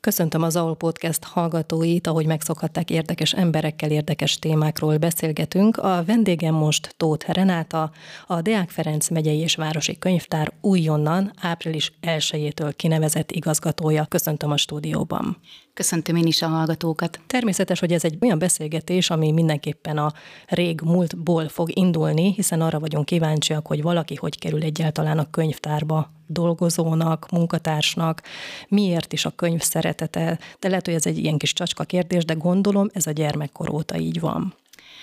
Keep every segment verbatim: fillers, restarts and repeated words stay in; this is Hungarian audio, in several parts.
Köszöntöm az á o el Podcast hallgatóit, ahogy megszokhatták, érdekes emberekkel, érdekes témákról beszélgetünk. A vendégem most Tóth Renáta, a Deák Ferenc megyei és városi könyvtár újonnan április elsejétől kinevezett igazgatója. Köszöntöm a stúdióban. Köszöntöm én is a hallgatókat. Természetes, hogy ez egy olyan beszélgetés, ami mindenképpen a rég múltból fog indulni, hiszen arra vagyunk kíváncsiak, hogy valaki hogy kerül egyáltalán a könyvtárba dolgozónak, munkatársnak, miért is a könyv szeretete. De lehet, hogy ez egy ilyen kis csacska kérdés, de gondolom ez a gyermekkor óta így van.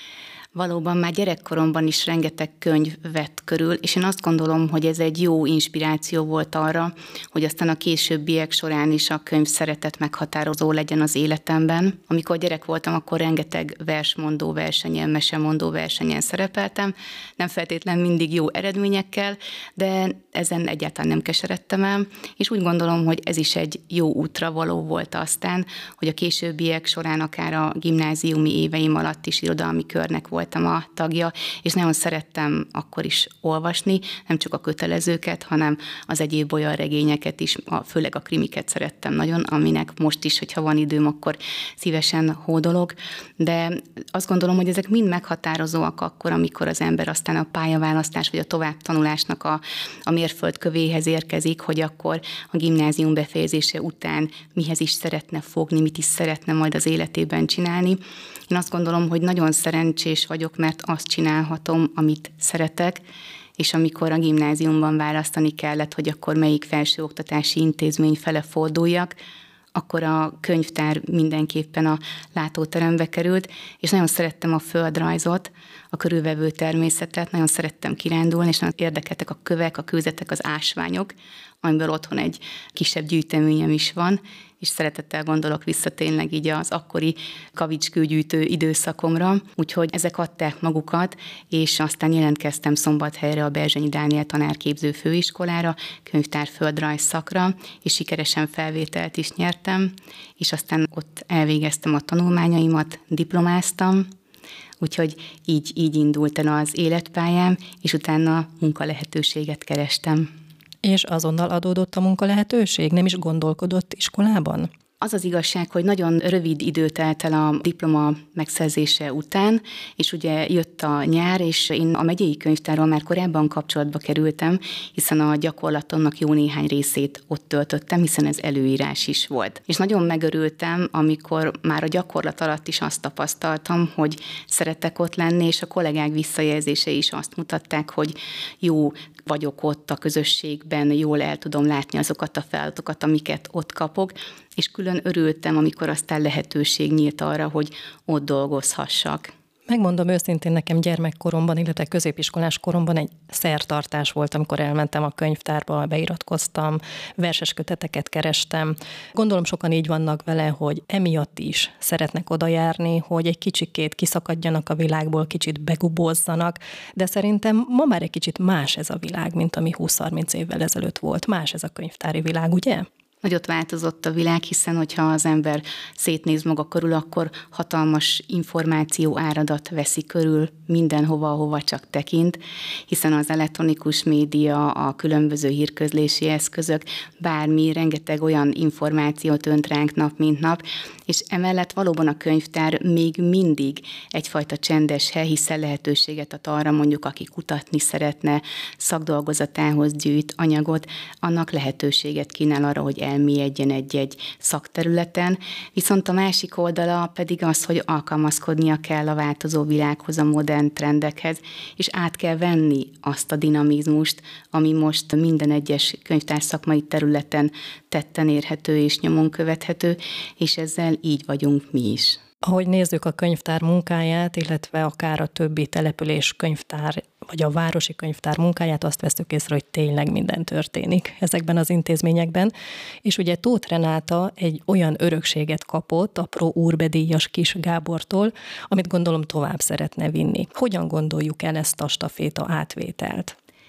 Valóban már gyerekkoromban is rengeteg könyv vett körül, és én azt gondolom, hogy ez egy jó inspiráció volt arra, hogy aztán a későbbiek során is a könyv szeretet meghatározó legyen az életemben. Amikor gyerek voltam, akkor rengeteg versmondó versenyen, mesemondó versenyen szerepeltem, nem feltétlenül mindig jó eredményekkel, de ezen egyáltalán nem keseredtem el, és úgy gondolom, hogy ez is egy jó útra való volt aztán, hogy a későbbiek során akár a gimnáziumi éveim alatt is irodalmi körnek voltam a tagja, és nagyon szerettem akkor is olvasni, nem csak a kötelezőket, hanem az egyéb olyan regényeket is, a, főleg a krimiket szerettem nagyon, aminek most is, hogyha van időm, akkor szívesen hódolok, de azt gondolom, hogy ezek mind meghatározóak akkor, amikor az ember aztán a pályaválasztás vagy a továbbtanulásnak a, a mérföldkövéhez érkezik, hogy akkor a gimnázium befejezése után mihez is szeretne fogni, mit is szeretne majd az életében csinálni. Én azt gondolom, hogy nagyon szerencsés vagyok, mert azt csinálhatom, amit szeretek, és amikor a gimnáziumban választani kellett, hogy akkor melyik felsőoktatási intézmény fele forduljak, akkor a könyvtár mindenképpen a látóterembe került, és nagyon szerettem a földrajzot, a körülvevő természetet, nagyon szerettem kirándulni, és nagyon érdekeltek a kövek, a kőzetek, az ásványok, amiből otthon egy kisebb gyűjteményem is van, és szeretettel gondolok vissza tényleg így az akkori kavicskőgyűjtő időszakomra, úgyhogy ezek adták magukat, és aztán jelentkeztem Szombathelyre a Berzsenyi Dániel tanárképző főiskolára, könyvtár földrajz szakra, és sikeresen felvételt is nyertem, és aztán ott elvégeztem a tanulmányaimat, diplomáztam, úgyhogy így, így indult el az életpályám, és utána munkalehetőséget kerestem. És azonnal adódott a munkalehetőség? Nem is gondolkodott iskolában? Az az igazság, hogy nagyon rövid idő telt el a diploma megszerzése után, és ugye jött a nyár, és én a megyei könyvtárral már korábban kapcsolatba kerültem, hiszen a gyakorlatomnak jó néhány részét ott töltöttem, hiszen ez előírás is volt. És nagyon megörültem, amikor már a gyakorlat alatt is azt tapasztaltam, hogy szeretek ott lenni, és a kollégák visszajelzései is azt mutatták, hogy jó vagyok ott a közösségben, jól el tudom látni azokat a feladatokat, amiket ott kapok, és külön örültem, amikor aztán lehetőség nyílt arra, hogy ott dolgozhassak. Megmondom őszintén, nekem gyermekkoromban, illetve középiskolás koromban egy szertartás volt, amikor elmentem a könyvtárba, beiratkoztam, verses köteteket kerestem. Gondolom sokan így vannak vele, hogy emiatt is szeretnek oda járni, hogy egy kicsikét kiszakadjanak a világból, kicsit begubózzanak, de szerintem ma már egy kicsit más ez a világ, mint ami húsz-harminc évvel ezelőtt volt. Más ez a könyvtári világ, ugye? Nagyot változott a világ, hiszen hogyha az ember szétnéz maga körül, akkor hatalmas információ áradat veszi körül mindenhova, ahova csak tekint, hiszen az elektronikus média, a különböző hírközlési eszközök, bármi, rengeteg olyan információt önt ránk nap, mint nap, és emellett valóban a könyvtár még mindig egyfajta csendes hely, hiszen lehetőséget ad arra mondjuk, aki kutatni szeretne, szakdolgozatához gyűjt anyagot, annak lehetőséget kínál arra, hogy elmélyedjen egy-egy szakterületen, viszont a másik oldala pedig az, hogy alkalmazkodnia kell a változó világhoz, a modern trendekhez, és át kell venni azt a dinamizmust, ami most minden egyes könyvtárszakmai területen tetten érhető és nyomon követhető, és ezzel így vagyunk mi is. Ahogy nézzük a könyvtár munkáját, illetve akár a többi település könyvtár, vagy a városi könyvtár munkáját, azt veszük észre, hogy tényleg minden történik ezekben az intézményekben. És ugye Tóth Renáta egy olyan örökséget kapott a Pro Urbe díjas Kis Gábortól, amit gondolom tovább szeretne vinni. Hogyan gondoljuk el ezt a staféta átvételt?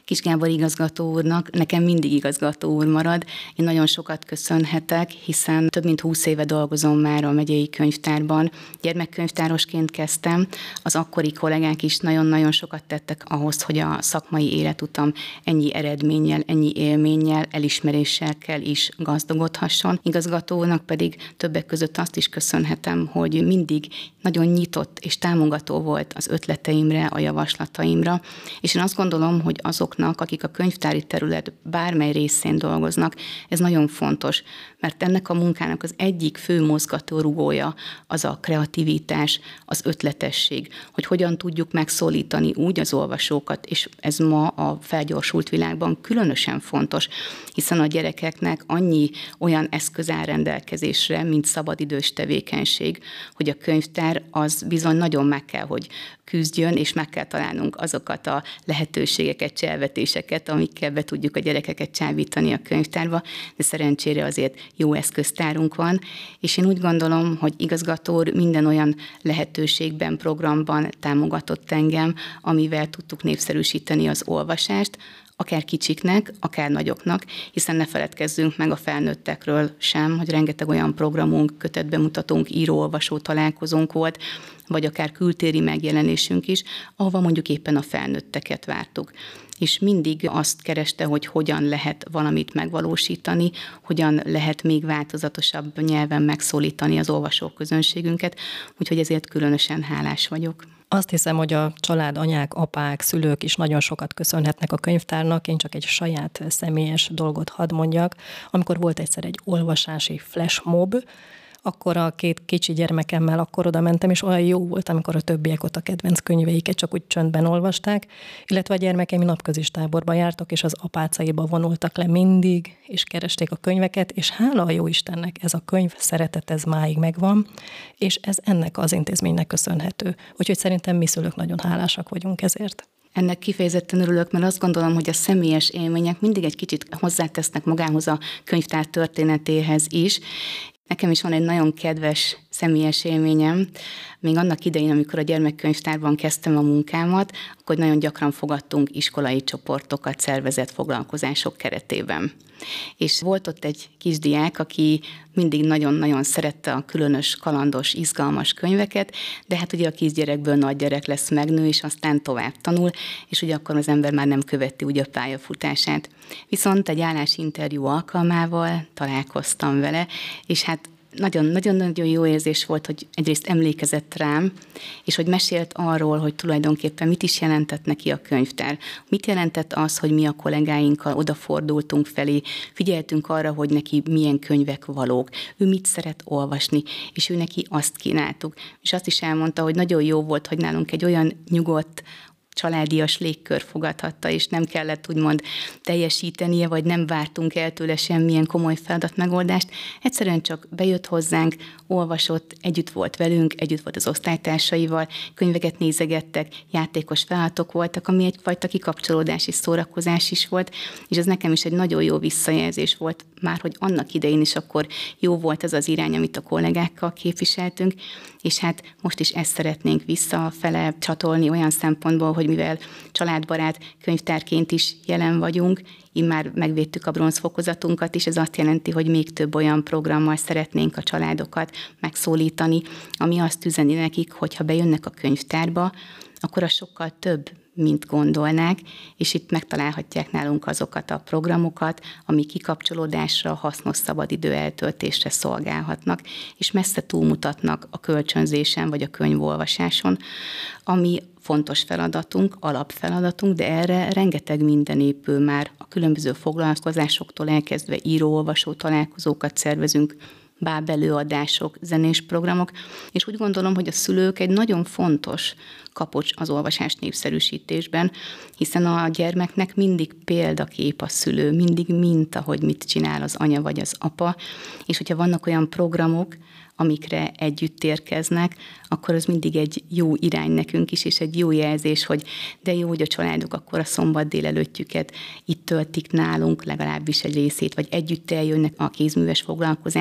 Kis Gábor igazgató úrnak, nekem mindig igazgató úr marad. Én nagyon sokat köszönhetek, hiszen több mint húsz éve dolgozom már a megyei könyvtárban. Gyermekkönyvtárosként kezdtem, az akkori kollégák is nagyon-nagyon sokat tettek ahhoz, hogy a szakmai életutam ennyi eredménnyel, ennyi élménnyel, elismeréssel is gazdagodhasson. Igazgató úrnak pedig többek között azt is köszönhetem, hogy mindig nagyon nyitott és támogató volt az ötleteimre, a javaslataimra, és én azt gondolom, hogy azoknak, akik a könyvtári terület bármely részén dolgoznak, ez nagyon fontos, mert ennek a munkának az egyik fő mozgatórugója az a kreativitás, az ötletesség, hogy hogyan tudjuk megszólítani úgy az olvasókat, és ez ma a felgyorsult világban különösen fontos, hiszen a gyerekeknek annyi olyan eszköz áll rendelkezésre, mint szabadidős tevékenység, hogy a könyvtár az bizony nagyon meg kell, hogy küzdjön, és meg kell találnunk azokat a lehetőségeket, cselvetéseket, amikkel be tudjuk a gyerekeket csábítani a könyvtárba, de szerencsére azért jó eszköztárunk van, és én úgy gondolom, hogy igazgató úr minden olyan lehetőségben, programban támogatott engem, amivel tudtuk népszerűsíteni az olvasást, akár kicsiknek, akár nagyoknak, hiszen ne feledkezzünk meg a felnőttekről sem, hogy rengeteg olyan programunk, kötetbemutatónk, író-olvasó találkozónk volt, vagy akár kültéri megjelenésünk is, ahova mondjuk éppen a felnőtteket vártuk. És mindig azt kereste, hogy hogyan lehet valamit megvalósítani, hogyan lehet még változatosabb nyelven megszólítani az olvasóközönségünket, úgyhogy ezért különösen hálás vagyok. Azt hiszem, hogy a család, anyák, apák, szülők is nagyon sokat köszönhetnek a könyvtárnak. Én csak egy saját személyes dolgot hadd mondjak. Amikor volt egyszer egy olvasási flashmob, akkor a két kicsi gyermekemmel akkor oda mentem, és olyan jó volt, amikor a többiek ott a kedvenc könyveiket csak úgy csöndben olvasták, illetve a gyermekeim napközis táborba jártak, és az apácaiba vonultak le mindig, és keresték a könyveket, és hála a jó Istennek, ez a könyv szeretet, ez máig megvan, és ez ennek az intézménynek köszönhető. Úgyhogy szerintem mi szülők nagyon hálásak vagyunk ezért. Ennek kifejezetten örülök, mert azt gondolom, hogy a személyes élmények mindig egy kicsit hozzátesznek magához a könyvtár történetéhez is. Nekem is van egy nagyon kedves személyes élményem. Még annak idején, amikor a gyermekkönyvtárban kezdtem a munkámat, akkor nagyon gyakran fogadtunk iskolai csoportokat szervezett foglalkozások keretében. És volt ott egy kisdiák, aki mindig nagyon-nagyon szerette a különös, kalandos, izgalmas könyveket, de hát ugye a kisgyerekből nagy gyerek lesz, megnő, és aztán tovább tanul, és ugye akkor az ember már nem követi ugye a pályafutását. Viszont egy állásinterjú alkalmával találkoztam vele, és hát nagyon-nagyon jó érzés volt, hogy egyrészt emlékezett rám, és hogy mesélt arról, hogy tulajdonképpen mit is jelentett neki a könyvtár. Mit jelentett az, hogy mi a kollégáinkkal odafordultunk felé, figyeltünk arra, hogy neki milyen könyvek valók, ő mit szeret olvasni, és ő neki azt kínáltuk. És azt is elmondta, hogy nagyon jó volt, hogy nálunk egy olyan nyugodt, családias légkör fogadhatta, és nem kellett úgymond teljesítenie, vagy nem vártunk el tőle semmilyen komoly feladatmegoldást. Egyszerűen csak bejött hozzánk, olvasott, együtt volt velünk, együtt volt az osztálytársaival, könyveket nézegettek, játékos feladatok voltak, ami egyfajta kikapcsolódás és szórakozás is volt, és ez nekem is egy nagyon jó visszajelzés volt, már hogy annak idején is akkor jó volt ez az irány, amit a kollégákkal képviseltünk, és hát most is ezt szeretnénk visszafele csatolni olyan szempontból, hogy mivel családbarát könyvtárként is jelen vagyunk, immár megvédtük a bronzfokozatunkat, és ez azt jelenti, hogy még több olyan programmal szeretnénk a családokat megszólítani, ami azt üzeni nekik, hogyha bejönnek a könyvtárba, akkor az sokkal több, mint gondolnák, és itt megtalálhatják nálunk azokat a programokat, ami kikapcsolódásra, hasznos szabadidő eltöltésre szolgálhatnak, és messze túlmutatnak a kölcsönzésen vagy a könyvolvasáson, ami fontos feladatunk, alapfeladatunk, de erre rengeteg minden épül már. A különböző foglalkozásoktól elkezdve író-olvasó találkozókat szervezünk, bábelőadások, zenés programok, és úgy gondolom, hogy a szülők egy nagyon fontos kapocs az olvasás népszerűsítésben, hiszen a gyermeknek mindig példakép a szülő, mindig minta, hogy mit csinál az anya vagy az apa, és hogyha vannak olyan programok, amikre együtt érkeznek, akkor az mindig egy jó irány nekünk is, és egy jó jelzés, hogy de jó, hogy a családok akkor a szombat délelőttjüket itt töltik nálunk, legalábbis egy részét, vagy együtt eljönnek a kézműves foglalkozásra közös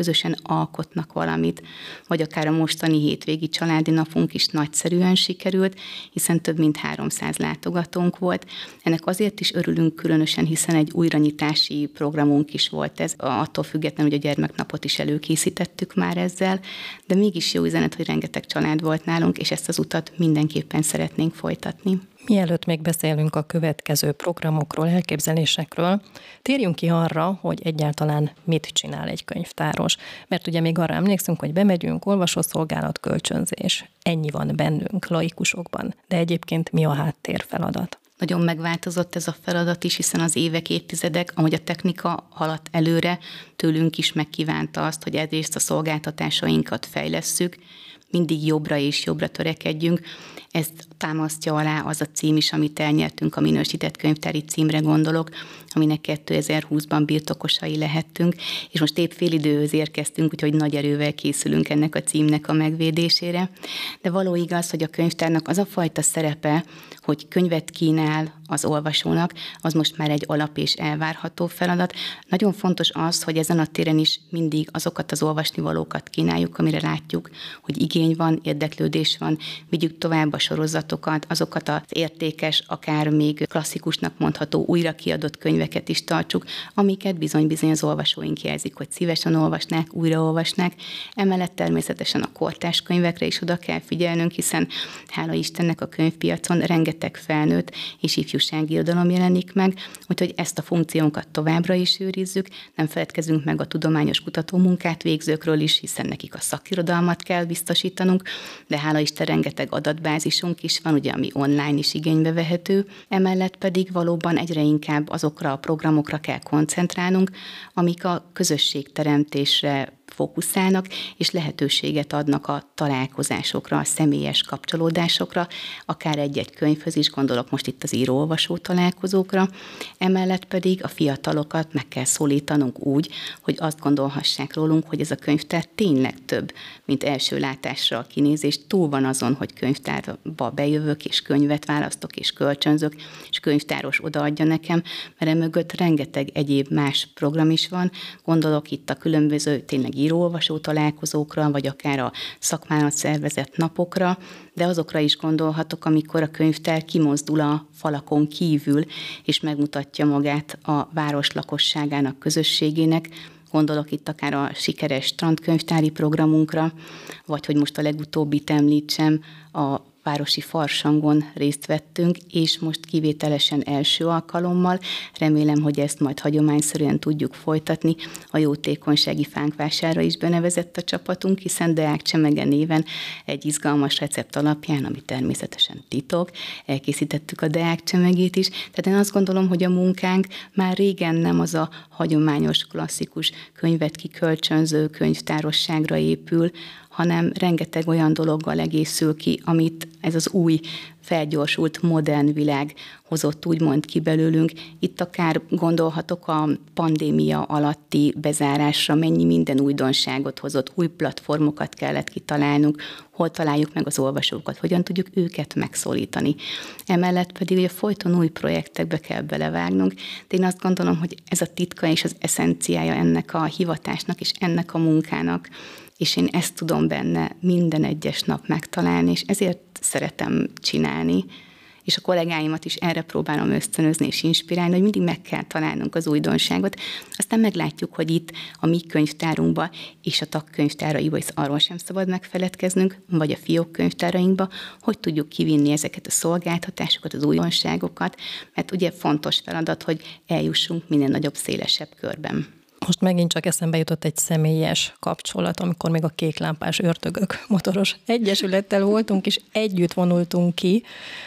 közösen alkotnak valamit, vagy akár a mostani hétvégi családi napunk is nagyszerűen sikerült, hiszen több mint háromszáz látogatónk volt. Ennek azért is örülünk különösen, hiszen egy újranyitási programunk is volt ez, attól függetlenül, hogy a gyermeknapot is előkészítettük már ezzel, de mégis jó üzenet, hogy rengeteg család volt nálunk, és ezt az utat mindenképpen szeretnénk folytatni. Mielőtt még beszélünk a következő programokról, elképzelésekről, térjünk ki arra, hogy egyáltalán mit csinál egy könyvtáros. Mert ugye még arra emlékszünk, hogy bemegyünk, olvasószolgálat, kölcsönzés. Ennyi van bennünk, laikusokban. De egyébként mi a háttérfeladat? Nagyon megváltozott ez a feladat is, hiszen az évek, évtizedek, ahogy a technika haladt előre, tőlünk is megkívánta azt, hogy egyrészt a szolgáltatásainkat fejlesszük, mindig jobbra és jobbra törekedjünk. Ezt támasztja alá az a cím is, amit elnyertünk, a minősített könyvtári címre gondolok, aminek kétezer-húszban birtokosai lehettünk, és most épp félidőhöz érkeztünk, úgyhogy nagy erővel készülünk ennek a címnek a megvédésére. De való igaz, hogy a könyvtárnak az a fajta szerepe, hogy könyvet kínál az olvasónak, az most már egy alap és elvárható feladat. Nagyon fontos az, hogy ezen a téren is mindig azokat az olvasnivalókat kínáljuk, amire látjuk, hogy igény van, érdeklődés van, vigyük tovább a sorozatokat, azokat az értékes, akár még klasszikusnak mondható újra kiadott könyveket is tartsuk, amiket bizony-bizony az olvasóink jelzik, hogy szívesen olvasnák, újraolvasnák. Emellett természetesen a kortárs könyvekre is oda kell figyelnünk, hiszen hála Istennek a könyvpiacon rengeteg felnőtt és ifjúsági irodalom jelenik meg, úgyhogy ezt a funkciónkat továbbra is őrizzük, nem feledkezünk meg a tudományos kutatómunkát végzőkről is, hiszen nekik a szakirodalmat kell biztosítanunk, de hála Isten rengeteg adatbázisunk is van, ugye, ami online is igénybe vehető, emellett pedig valóban egyre inkább azokra a programokra kell koncentrálnunk, amik a közösségteremtésre fókuszálnak, és lehetőséget adnak a találkozásokra, a személyes kapcsolódásokra, akár egy-egy könyvhöz is, gondolok most itt az író-olvasó találkozókra, emellett pedig a fiatalokat meg kell szólítanunk úgy, hogy azt gondolhassák rólunk, hogy ez a könyvtár tényleg több, mint első látásra a kinézés, túl van azon, hogy könyvtárba bejövök, és könyvet választok, és kölcsönzök, és könyvtáros odaadja nekem, mert emögött rengeteg egyéb más program is van, gondolok itt a különböző tényleg író-olvasó találkozókra, vagy akár a szakmának szervezett napokra, de azokra is gondolhatok, amikor a könyvtár kimozdul a falakon kívül, és megmutatja magát a város lakosságának, közösségének. Gondolok itt akár a sikeres strandkönyvtári programunkra, vagy hogy most a legutóbbit említsem, a városi farsangon részt vettünk, és most kivételesen első alkalommal, remélem, hogy ezt majd hagyományszerűen tudjuk folytatni, a jótékonysági fánkvására is benevezett a csapatunk, hiszen Deák Csemege néven egy izgalmas recept alapján, ami természetesen titok, elkészítettük a Deák Csemegét is, tehát én azt gondolom, hogy a munkánk már régen nem az a hagyományos, klasszikus könyvet kikölcsönző könyvtárosságra épül, hanem rengeteg olyan dologgal egészül ki, amit ez az új, felgyorsult, modern világ hozott úgymond ki belőlünk. Itt akár gondolhatok a pandémia alatti bezárásra, mennyi minden újdonságot hozott, új platformokat kellett kitalálnunk, hol találjuk meg az olvasókat, hogyan tudjuk őket megszólítani. Emellett pedig ugye folyton új projektekbe kell belevágnunk, de én azt gondolom, hogy ez a titka és az eszenciája ennek a hivatásnak és ennek a munkának, és én ezt tudom benne minden egyes nap megtalálni, és ezért szeretem csinálni, és a kollégáimat is erre próbálom ösztönözni és inspirálni, hogy mindig meg kell találnunk az újdonságot. Aztán meglátjuk, hogy itt a mi könyvtárunkba és a tagkönyvtáraiba is arról sem szabad megfeledkeznünk, vagy a fiók könyvtárainkba, hogy tudjuk kivinni ezeket a szolgáltatásokat, az újdonságokat, mert ugye fontos feladat, hogy eljussunk minél nagyobb, szélesebb körben. Most megint csak eszembe jutott egy személyes kapcsolat, amikor még a Kéklámpás Ördögök Motoros Egyesülettel voltunk, és együtt vonultunk ki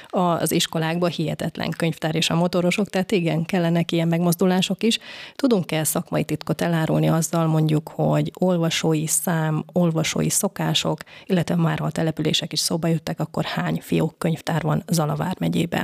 az iskolákba, hihetetlen könyvtár és a motorosok, tehát igen, kellenek ilyen megmozdulások is. Tudunk-e szakmai titkot elárulni azzal mondjuk, hogy olvasói szám, olvasói szokások, illetve már ha a települések is szóba jöttek, akkor hány fiók könyvtár van Zalavár megyében?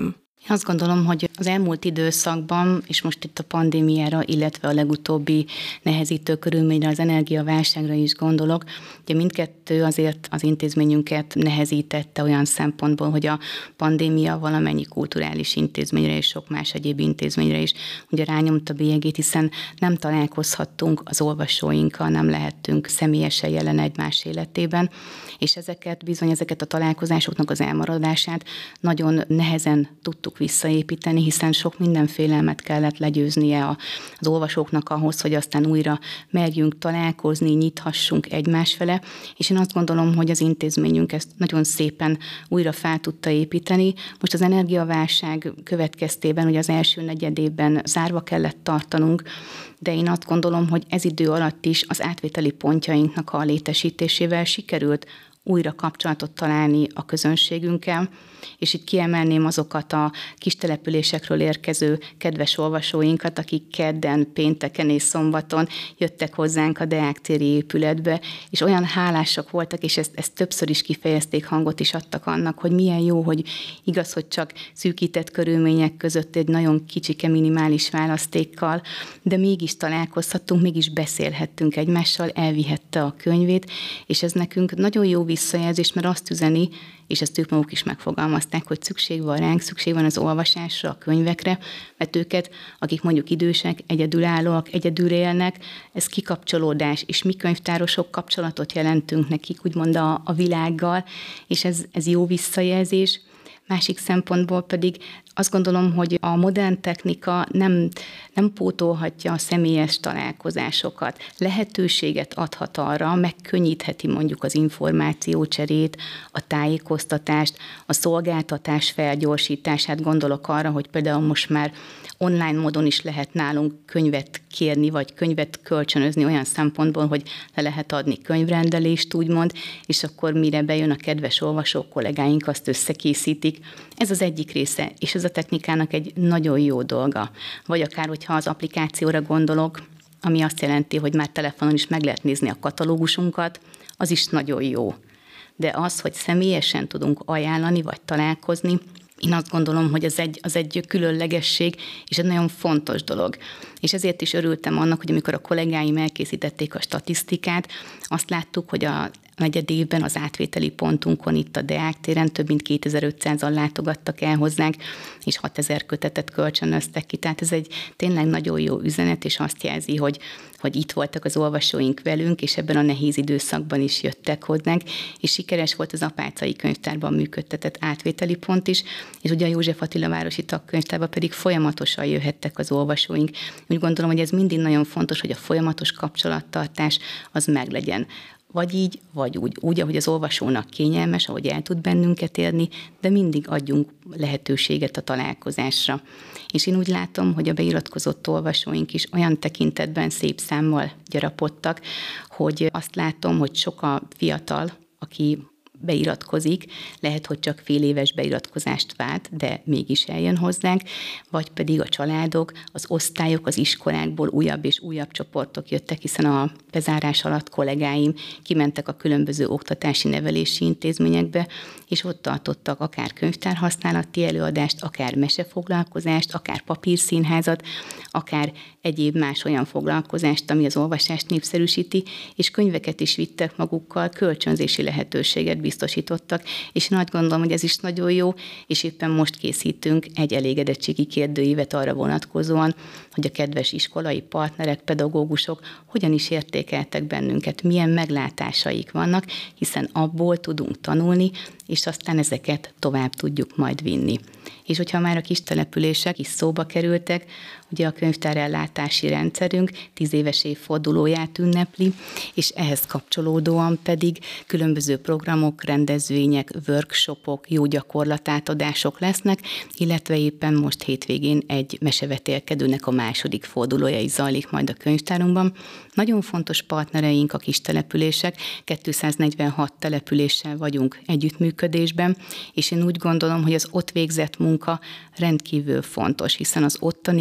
Én azt gondolom, hogy az elmúlt időszakban, és most itt a pandémiára, illetve a legutóbbi nehezítő körülményre, az energiaválságra is gondolok, ugye mindkettő azért az intézményünket nehezítette olyan szempontból, hogy a pandémia valamennyi kulturális intézményre és sok más egyéb intézményre is ugye rányomta bélyegét, hiszen nem találkozhattunk az olvasóinkkal, nem lehettünk személyesen jelen egymás életében, és ezeket bizony, ezeket a találkozásoknak az elmaradását nagyon nehezen tudtuk visszaépíteni, hiszen sok minden félelmet kellett legyőznie az olvasóknak ahhoz, hogy aztán újra merjünk találkozni, nyithassunk egymás fele, és én azt gondolom, hogy az intézményünk ezt nagyon szépen újra fel tudta építeni. Most az energiaválság következtében, ugye az első negyedében zárva kellett tartanunk, de én azt gondolom, hogy ez idő alatt is az átvételi pontjainknak a létesítésével sikerült újra kapcsolatot találni a közönségünkkel, és itt kiemelném azokat a kis településekről érkező kedves olvasóinkat, akik kedden, pénteken és szombaton jöttek hozzánk a Deák téri épületbe, és olyan hálásak voltak, és ezt, ezt többször is kifejezték, hangot is adtak annak, hogy milyen jó, hogy igaz, hogy csak szűkített körülmények között egy nagyon kicsike minimális választékkal, de mégis találkozhattunk, mégis beszélhettünk egymással, elvihette a könyvét, és ez nekünk nagyon jó visszajelzés, mert azt üzeni, és ezt ők maguk is megfogalmazták, hogy szükség van ránk, szükség van az olvasásra, a könyvekre, mert őket, akik mondjuk idősek, egyedülállóak, egyedül élnek, ez kikapcsolódás, és mi könyvtárosok kapcsolatot jelentünk nekik, úgymond a, a világgal, és ez, ez jó visszajelzés. Másik szempontból pedig azt gondolom, hogy a modern technika nem, nem pótolhatja a személyes találkozásokat. Lehetőséget adhat arra, megkönnyítheti mondjuk az információcserét, a tájékoztatást, a szolgáltatás felgyorsítását. Gondolok arra, hogy például most már online módon is lehet nálunk könyvet kérni, vagy könyvet kölcsönözni olyan szempontból, hogy le lehet adni könyvrendelést, úgymond, és akkor mire bejön a kedves olvasók, kollégáink azt összekészítik. Ez az egyik része, és ez a technikának egy nagyon jó dolga. Vagy akár, hogyha az applikációra gondolok, ami azt jelenti, hogy már telefonon is meg lehet nézni a katalógusunkat, az is nagyon jó. De az, hogy személyesen tudunk ajánlani, vagy találkozni, én azt gondolom, hogy az egy, az egy különlegesség, és egy nagyon fontos dolog. És ezért is örültem annak, hogy amikor a kollégáim elkészítették a statisztikát, azt láttuk, hogy a negyed évben az átvételi pontunkon itt a Deák téren több mint kétezer-ötszázan látogattak el hozzánk, és hatezer kötetet kölcsönöztek ki. Tehát ez egy tényleg nagyon jó üzenet, és azt jelzi, hogy, hogy itt voltak az olvasóink velünk, és ebben a nehéz időszakban is jöttek hozzánk, és sikeres volt az Apácai Könyvtárban működtetett átvételi pont is, és ugye a József Attila Városi Tagkönyvtárban pedig folyamatosan jöhettek az olvasóink. Úgy gondolom, hogy ez mindig nagyon fontos, hogy a folyamatos kapcsolattartás az meglegyen. Vagy így, vagy úgy. Úgy, ahogy az olvasónak kényelmes, ahogy el tud bennünket érni, de mindig adjunk lehetőséget a találkozásra. És én úgy látom, hogy a beiratkozott olvasóink is olyan tekintetben szép számmal gyarapodtak, hogy azt látom, hogy sok a fiatal, aki beiratkozik, lehet, hogy csak fél éves beiratkozást vált, de mégis eljön hozzánk, vagy pedig a családok, az osztályok, az iskolákból újabb és újabb csoportok jöttek, hiszen a bezárás alatt kollégáim kimentek a különböző oktatási nevelési intézményekbe, és ott tartottak akár könyvtárhasználati előadást, akár mesefoglalkozást, akár papírszínházat, akár egyéb más olyan foglalkozást, ami az olvasást népszerűsíti, és könyveket is vittek magukkal, kölcsönzési lehetőséget biztosítottak, és én azt gondolom, hogy ez is nagyon jó, és éppen most készítünk egy elégedettségi kérdőívet arra vonatkozóan, hogy a kedves iskolai partnerek, pedagógusok hogyan is értékeltek bennünket, milyen meglátásaik vannak, hiszen abból tudunk tanulni, és aztán ezeket tovább tudjuk majd vinni. És hogyha már a kis települések is szóba kerültek, ugye a könyvtárellátási rendszerünk tíz éves évfordulóját ünnepli, és ehhez kapcsolódóan pedig különböző programok, rendezvények, workshopok, jó gyakorlatátadások lesznek, illetve éppen most hétvégén egy mesevetélkedőnek a második fordulója is zajlik majd a könyvtárunkban. Nagyon fontos partnereink a kis települések, kétszáznegyvenhat településsel vagyunk együttműködésben, és én úgy gondolom, hogy az ott végzett munka rendkívül fontos, hiszen az ottani könyvtár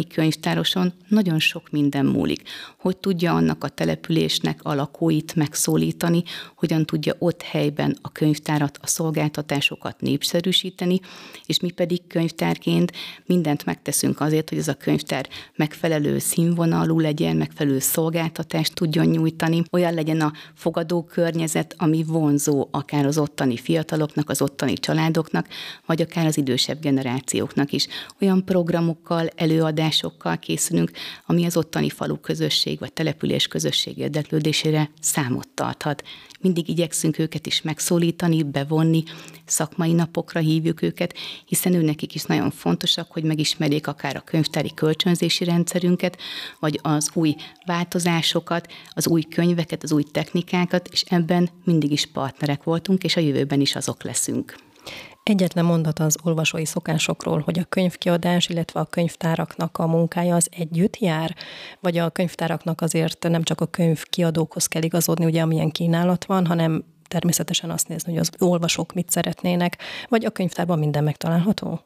könyvtároson nagyon sok minden múlik. Hogy tudja annak a településnek a lakóit megszólítani, hogyan tudja ott helyben a könyvtárat, a szolgáltatásokat népszerűsíteni, és mi pedig könyvtárként mindent megteszünk azért, hogy ez a könyvtár megfelelő színvonalú legyen, megfelelő szolgáltatást tudjon nyújtani, olyan legyen a fogadó környezet, ami vonzó akár az ottani fiataloknak, az ottani családoknak, vagy akár az idősebb generációknak is. Olyan programokkal, előadásokkal készülünk, ami az ottani falu közösség vagy település közösség érdeklődésére számot tarthat. Mindig igyekszünk őket is megszólítani, bevonni, szakmai napokra hívjuk őket, hiszen őnekik is nagyon fontosak, hogy megismerjék akár a könyvtári kölcsönzési rendszerünket, vagy az új változásokat, az új könyveket, az új technikákat, és ebben mindig is partnerek voltunk, és a jövőben is azok leszünk. Egyetlen mondat az olvasói szokásokról, hogy a könyvkiadás, illetve a könyvtáraknak a munkája az együtt jár, vagy a könyvtáraknak azért nem csak a könyvkiadókhoz kell igazodni, ugye amilyen kínálat van, hanem természetesen azt nézni, hogy az olvasók mit szeretnének, vagy a könyvtárban minden megtalálható?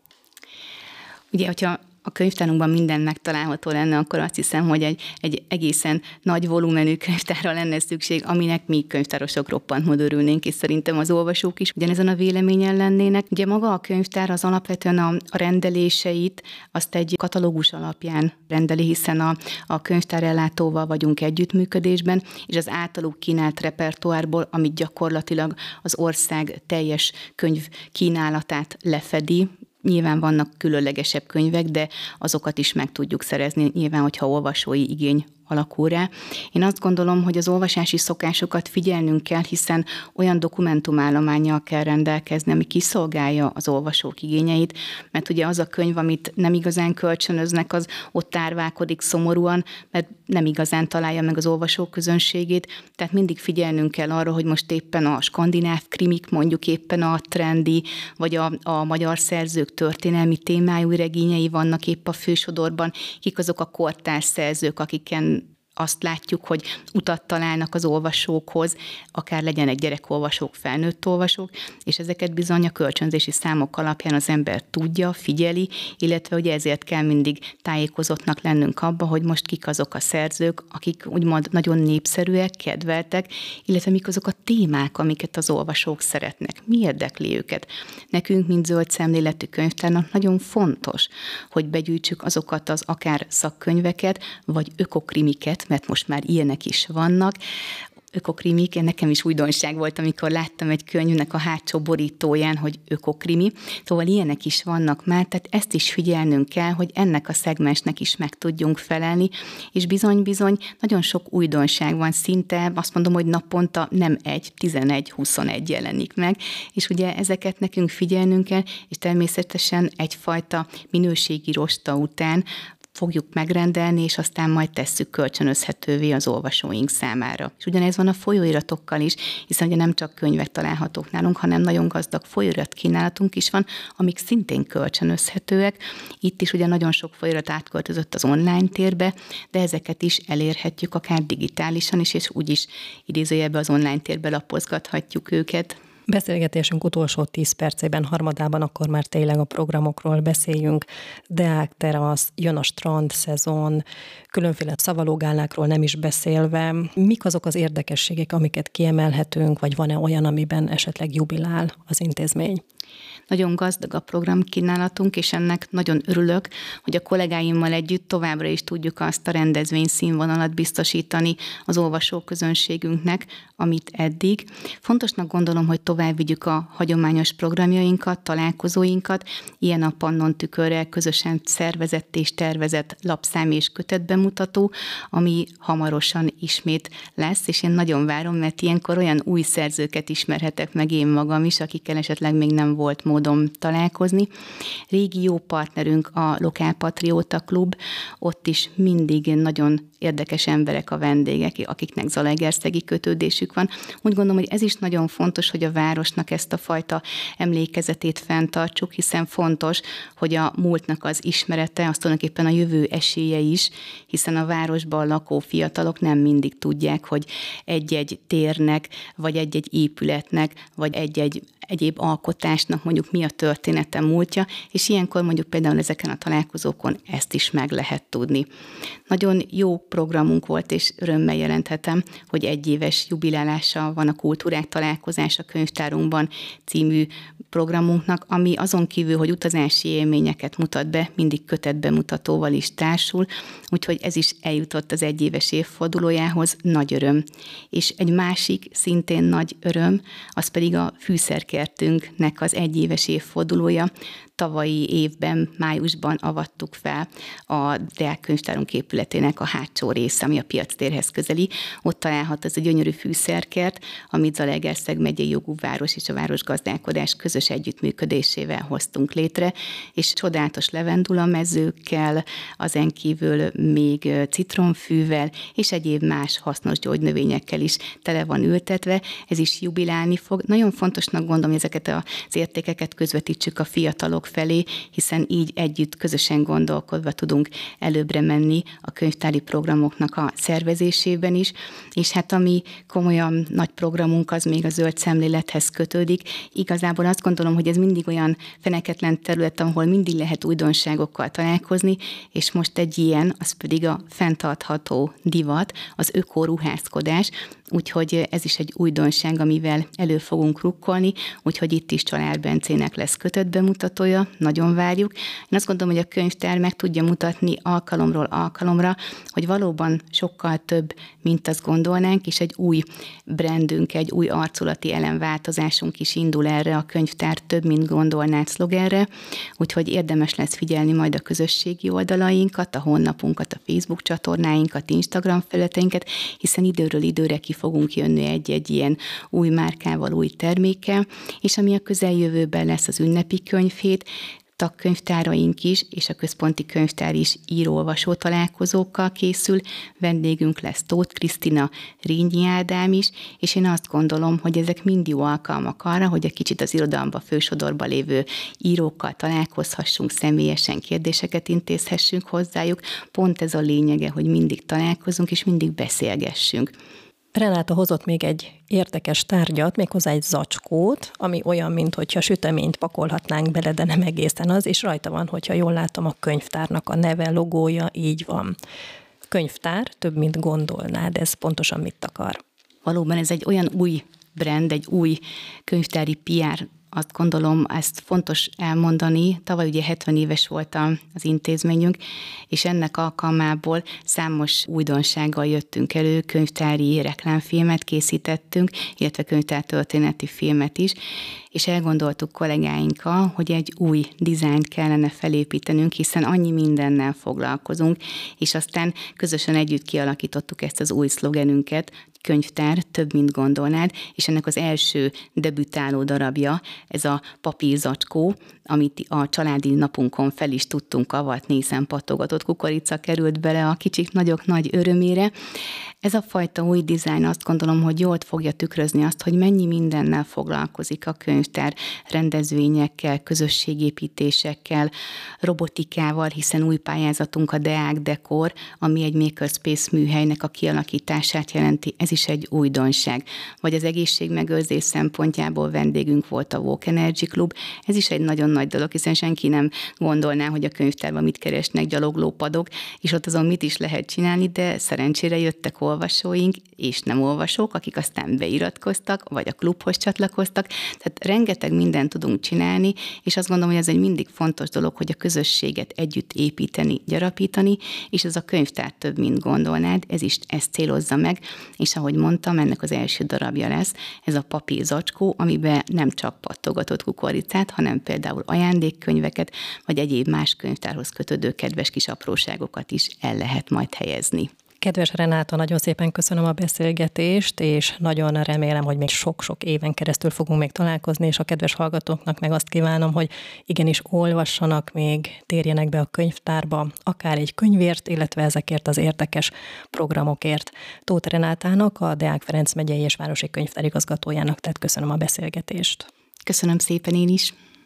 Ugye, hogyha a könyvtárunkban minden megtalálható lenne, akkor azt hiszem, hogy egy, egy egészen nagy volumenű könyvtárra lenne szükség, aminek mi könyvtárosok roppant örülnénk, és szerintem az olvasók is ugyanezen a véleményen lennének. Ugye maga a könyvtár az alapvetően a, a rendeléseit azt egy katalógus alapján rendeli, hiszen a, a könyvtárellátóval vagyunk együttműködésben, és az általuk kínált repertoárból, amit gyakorlatilag az ország teljes könyv kínálatát lefedi. Nyilván vannak különlegesebb könyvek, de azokat is meg tudjuk szerezni, nyilván, hogyha olvasói igény alakul rá. Én azt gondolom, hogy az olvasási szokásokat figyelnünk kell, hiszen olyan dokumentumállománnyal kell rendelkezni, ami kiszolgálja az olvasók igényeit, mert ugye az a könyv, amit nem igazán kölcsönöznek, az ott árválkodik szomorúan, mert nem igazán találja meg az olvasók közönségét, tehát mindig figyelnünk kell arra, hogy most éppen a skandináv krimik, mondjuk éppen a trendi, vagy a, a magyar szerzők történelmi témájú regényei vannak épp a fősodorban, kik azok a kortárs szerzők, akiken azt látjuk, hogy utat találnak az olvasókhoz, akár legyenek gyerekolvasók, felnőtt olvasók, és ezeket bizony a kölcsönzési számok alapján az ember tudja, figyeli, illetve ugye ezért kell mindig tájékozottnak lennünk abba, hogy most kik azok a szerzők, akik úgymond nagyon népszerűek, kedveltek, illetve mik azok a témák, amiket az olvasók szeretnek, mi érdekli őket. Nekünk, mint zöld szemléletű könyvtárnak nagyon fontos, hogy begyűjtsük azokat az akár szakkönyveket, vagy ökokrimiket, mert most már ilyenek is vannak. Ökokrimik, nekem is újdonság volt, amikor láttam egy könyvnek a hátsó borítóján, hogy ökokrimi. Szóval ilyenek is vannak már, tehát ezt is figyelnünk kell, hogy ennek a szegmensnek is meg tudjunk felelni, és bizony-bizony nagyon sok újdonság van, szinte azt mondom, hogy naponta nem egy, tizenegy, huszonegy jelenik meg, és ugye ezeket nekünk figyelnünk kell, és természetesen egyfajta minőségi rosta után fogjuk megrendelni, és aztán majd tesszük kölcsönözhetővé az olvasóink számára. És ugyanez van a folyóiratokkal is, hiszen ugye nem csak könyvek találhatók nálunk, hanem nagyon gazdag folyóirat kínálatunk is van, amik szintén kölcsönözhetőek. Itt is ugye nagyon sok folyóirat átköltözött az online térbe, de ezeket is elérhetjük akár digitálisan is, és úgyis idézőjelben az online térbe lapozgathatjuk őket. Beszélgetésünk utolsó tíz percében, harmadában akkor már tényleg a programokról beszéljünk. Deák terasz, jön a strand szezon, különféle szavalógálákról nem is beszélve. Mik azok az érdekességek, amiket kiemelhetünk, vagy van-e olyan, amiben esetleg jubilál az intézmény? Nagyon gazdag a programkínálatunk, és ennek nagyon örülök, hogy a kollégáimmal együtt továbbra is tudjuk azt a rendezvény színvonalat biztosítani az olvasóközönségünknek, amit eddig. Fontosnak gondolom, hogy tovább vigyük a hagyományos programjainkat, találkozóinkat, ilyen a Pannon Tükörrel közösen szervezett és tervezett lapszám és kötetbemutató, ami hamarosan ismét lesz, és én nagyon várom, mert ilyenkor olyan új szerzőket ismerhetek meg én magam is, akikkel esetleg még nem volt módom találkozni. Régi jó partnerünk a Lokál Patrióta Klub, ott is mindig nagyon érdekes emberek a vendégek, akiknek zalaegerszegi kötődésük van. Úgy gondolom, hogy ez is nagyon fontos, hogy a városnak ezt a fajta emlékezetét fenntartsuk, hiszen fontos, hogy a múltnak az ismerete, az tulajdonképpen a jövő esélye is, hiszen a városban lakó fiatalok nem mindig tudják, hogy egy-egy térnek, vagy egy-egy épületnek, vagy egy-egy egyéb alkotásnak mondjuk mi a története, múltja, és ilyenkor mondjuk például ezeken a találkozókon ezt is meg lehet tudni. Nagyon jó programunk volt, és örömmel jelenthetem, hogy egyéves jubilálása van a Kultúrák találkozása könyvtárunkban című programunknak, ami azon kívül, hogy utazási élményeket mutat be, mindig kötetbemutatóval is társul, úgyhogy ez is eljutott az egyéves évfordulójához, nagy öröm. És egy másik szintén nagy öröm, az pedig a fűszerkertünknek az egyéves évfordulója. Tavalyi évben, májusban avattuk fel a Deák könyvtárunk épületének a hátsó része, ami a piactérhez közeli. Ott található ez a gyönyörű fűszerkert, amit Zalaegerszeg megyei jogú város és a városgazdálkodás közös együttműködésével hoztunk létre, és csodálatos levendula mezőkkel, azen kívül még citromfűvel, és egyéb más hasznos gyógynövényekkel is tele van ültetve. Ez is jubilálni fog. Nagyon fontosnak gondolom, hogy ezeket az értékeket közvetítsük a fiatalok felé, hiszen így együtt, közösen gondolkodva tudunk előbbre menni a könyvtári programoknak a szervezésében is, és hát ami komolyan nagy programunk, az még a zöld szemlélethez kötődik. Igazából azt gondolom, hogy ez mindig olyan feneketlen terület, ahol mindig lehet újdonságokkal találkozni, és most egy ilyen, az pedig a fenntartható divat, az ökoruházkodás, úgyhogy ez is egy újdonság, amivel elő fogunk rukkolni, úgyhogy itt is Csalár Bencének lesz kötetbemutatója, nagyon várjuk. Én azt gondolom, hogy a könyvtár meg tudja mutatni alkalomról alkalomra, hogy valóban sokkal több, mint azt gondolnánk, és egy új brandünk, egy új arculati elemváltozásunk is indul erre a könyvtár több, mint gondolnád szlogenre, úgyhogy érdemes lesz figyelni majd a közösségi oldalainkat, a honlapunkat, a Facebook csatornáinkat, Instagram felületeinket, hiszen időről időre ki fogunk jönni egy-egy ilyen új márkával, új termékkel, és ami a közeljövőben lesz az ünnepi könyvhét, tagkönyvtáraink is, és a központi könyvtár is író-olvasó találkozókkal készül. Vendégünk lesz Tóth Krisztina, Rényi Ádám is, és én azt gondolom, hogy ezek mind jó alkalmak arra, hogy egy kicsit az irodalomba, fősodorba lévő írókkal találkozhassunk, személyesen kérdéseket intézhessünk hozzájuk. Pont ez a lényege, hogy mindig találkozunk, és mindig beszélgessünk. Renáta hozott még egy érdekes tárgyat, méghozzá egy zacskót, ami olyan, mintha süteményt pakolhatnánk bele, de nem egészen az, és rajta van, hogyha jól látom, a könyvtárnak a neve, logója, így van. Könyvtár, több, mint gondolnád, ez pontosan mit akar? Valóban ez egy olyan új brand, egy új könyvtári pé er. Azt gondolom, ezt fontos elmondani. Tavaly ugye hetven éves volt az intézményünk, és ennek alkalmából számos újdonsággal jöttünk elő, könyvtári reklámfilmet készítettünk, illetve könyvtártörténeti filmet is, és elgondoltuk kollégáinkkal, hogy egy új dizájnt kellene felépítenünk, hiszen annyi mindennel foglalkozunk, és aztán közösen együtt kialakítottuk ezt az új szlogenünket, könyvtár, több, mint gondolnád, és ennek az első debütáló darabja, ez a papírzacskó, amit a családi napunkon fel is tudtunk avatni, hiszen pattogatott kukorica került bele a kicsik nagyok nagy örömére. Ez a fajta új dizájn, azt gondolom, hogy jól fogja tükrözni azt, hogy mennyi mindennel foglalkozik a könyvtár, rendezvényekkel, közösségépítésekkel, robotikával, hiszen új pályázatunk a Deák Dekor, ami egy makerspace műhelynek a kialakítását jelenti. Ez is egy újdonság. Vagy az egészségmegőrzés szempontjából vendégünk volt a Walk Energy Club. Ez is egy nagyon nagy dolog, hiszen senki nem gondolná, hogy a könyvtárban mit keresnek gyaloglópadok, és ott azon mit is lehet csinálni, de szerencsére jöttek olvasóink, és nem olvasók, akik aztán beiratkoztak, vagy a klubhoz csatlakoztak. Tehát rengeteg mindent tudunk csinálni, és azt gondolom, hogy ez egy mindig fontos dolog, hogy a közösséget együtt építeni, gyarapítani, és ez a könyvtár több, mint gondolnád, ez is ezt célozza meg, és ahogy mondtam, ennek az első darabja lesz, ez a papírzacskó, amiben nem csak pattogatott kukoricát, hanem például ajándékkönyveket, vagy egyéb más könyvtárhoz kötődő kedves kis apróságokat is el lehet majd helyezni. Kedves Renáta, nagyon szépen köszönöm a beszélgetést, és nagyon remélem, hogy még sok-sok éven keresztül fogunk még találkozni, és a kedves hallgatóknak meg azt kívánom, hogy igenis olvassanak még, térjenek be a könyvtárba, akár egy könyvért, illetve ezekért az érdekes programokért. Tóth Renátának, a Deák Ferenc megyei és városi könyvtár igazgatójának tett köszönöm a beszélgetést. Köszönöm szépen én is.